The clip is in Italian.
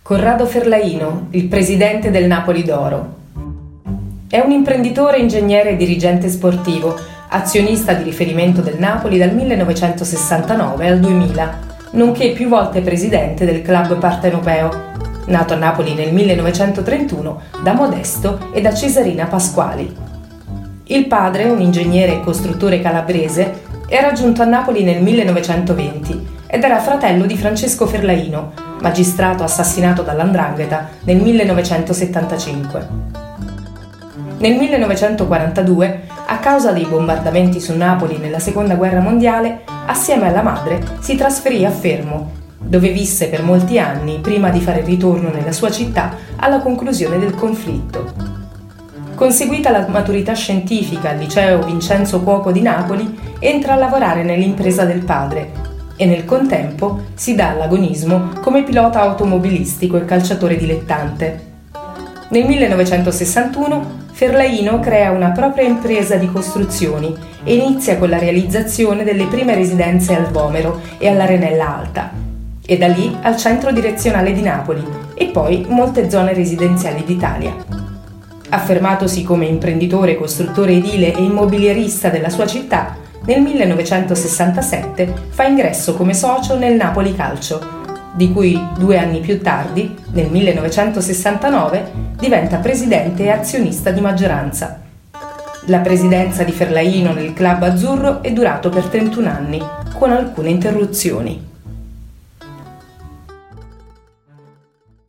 Corrado Ferlaino, il presidente del Napoli d'Oro. È un imprenditore, ingegnere e dirigente sportivo, azionista di riferimento del Napoli dal 1969 al 2000, nonché più volte presidente del club partenopeo, nato a Napoli nel 1931 da Modesto e da Cesarina Pasquali. Il padre, un ingegnere e costruttore calabrese, era giunto a Napoli nel 1920 ed era fratello di Francesco Ferlaino, magistrato assassinato dall''ndrangheta nel 1975. Nel 1942, a causa dei bombardamenti su Napoli nella Seconda Guerra Mondiale, assieme alla madre si trasferì a Fermo, dove visse per molti anni prima di fare ritorno nella sua città alla conclusione del conflitto. Conseguita la maturità scientifica al liceo Vincenzo Cuoco di Napoli, entra a lavorare nell'impresa del padre e nel contempo si dà all'agonismo come pilota automobilistico e calciatore dilettante. Nel 1961 Ferlaino crea una propria impresa di costruzioni e inizia con la realizzazione delle prime residenze al Vomero e all'Arenella Alta, e da lì al centro direzionale di Napoli e poi molte zone residenziali d'Italia. Affermatosi come imprenditore, costruttore edile e immobiliarista della sua città, nel 1967 fa ingresso come socio nel Napoli Calcio, di cui 2 anni più tardi, nel 1969, diventa presidente e azionista di maggioranza. La presidenza di Ferlaino nel club azzurro è durato per 31 anni, con alcune interruzioni.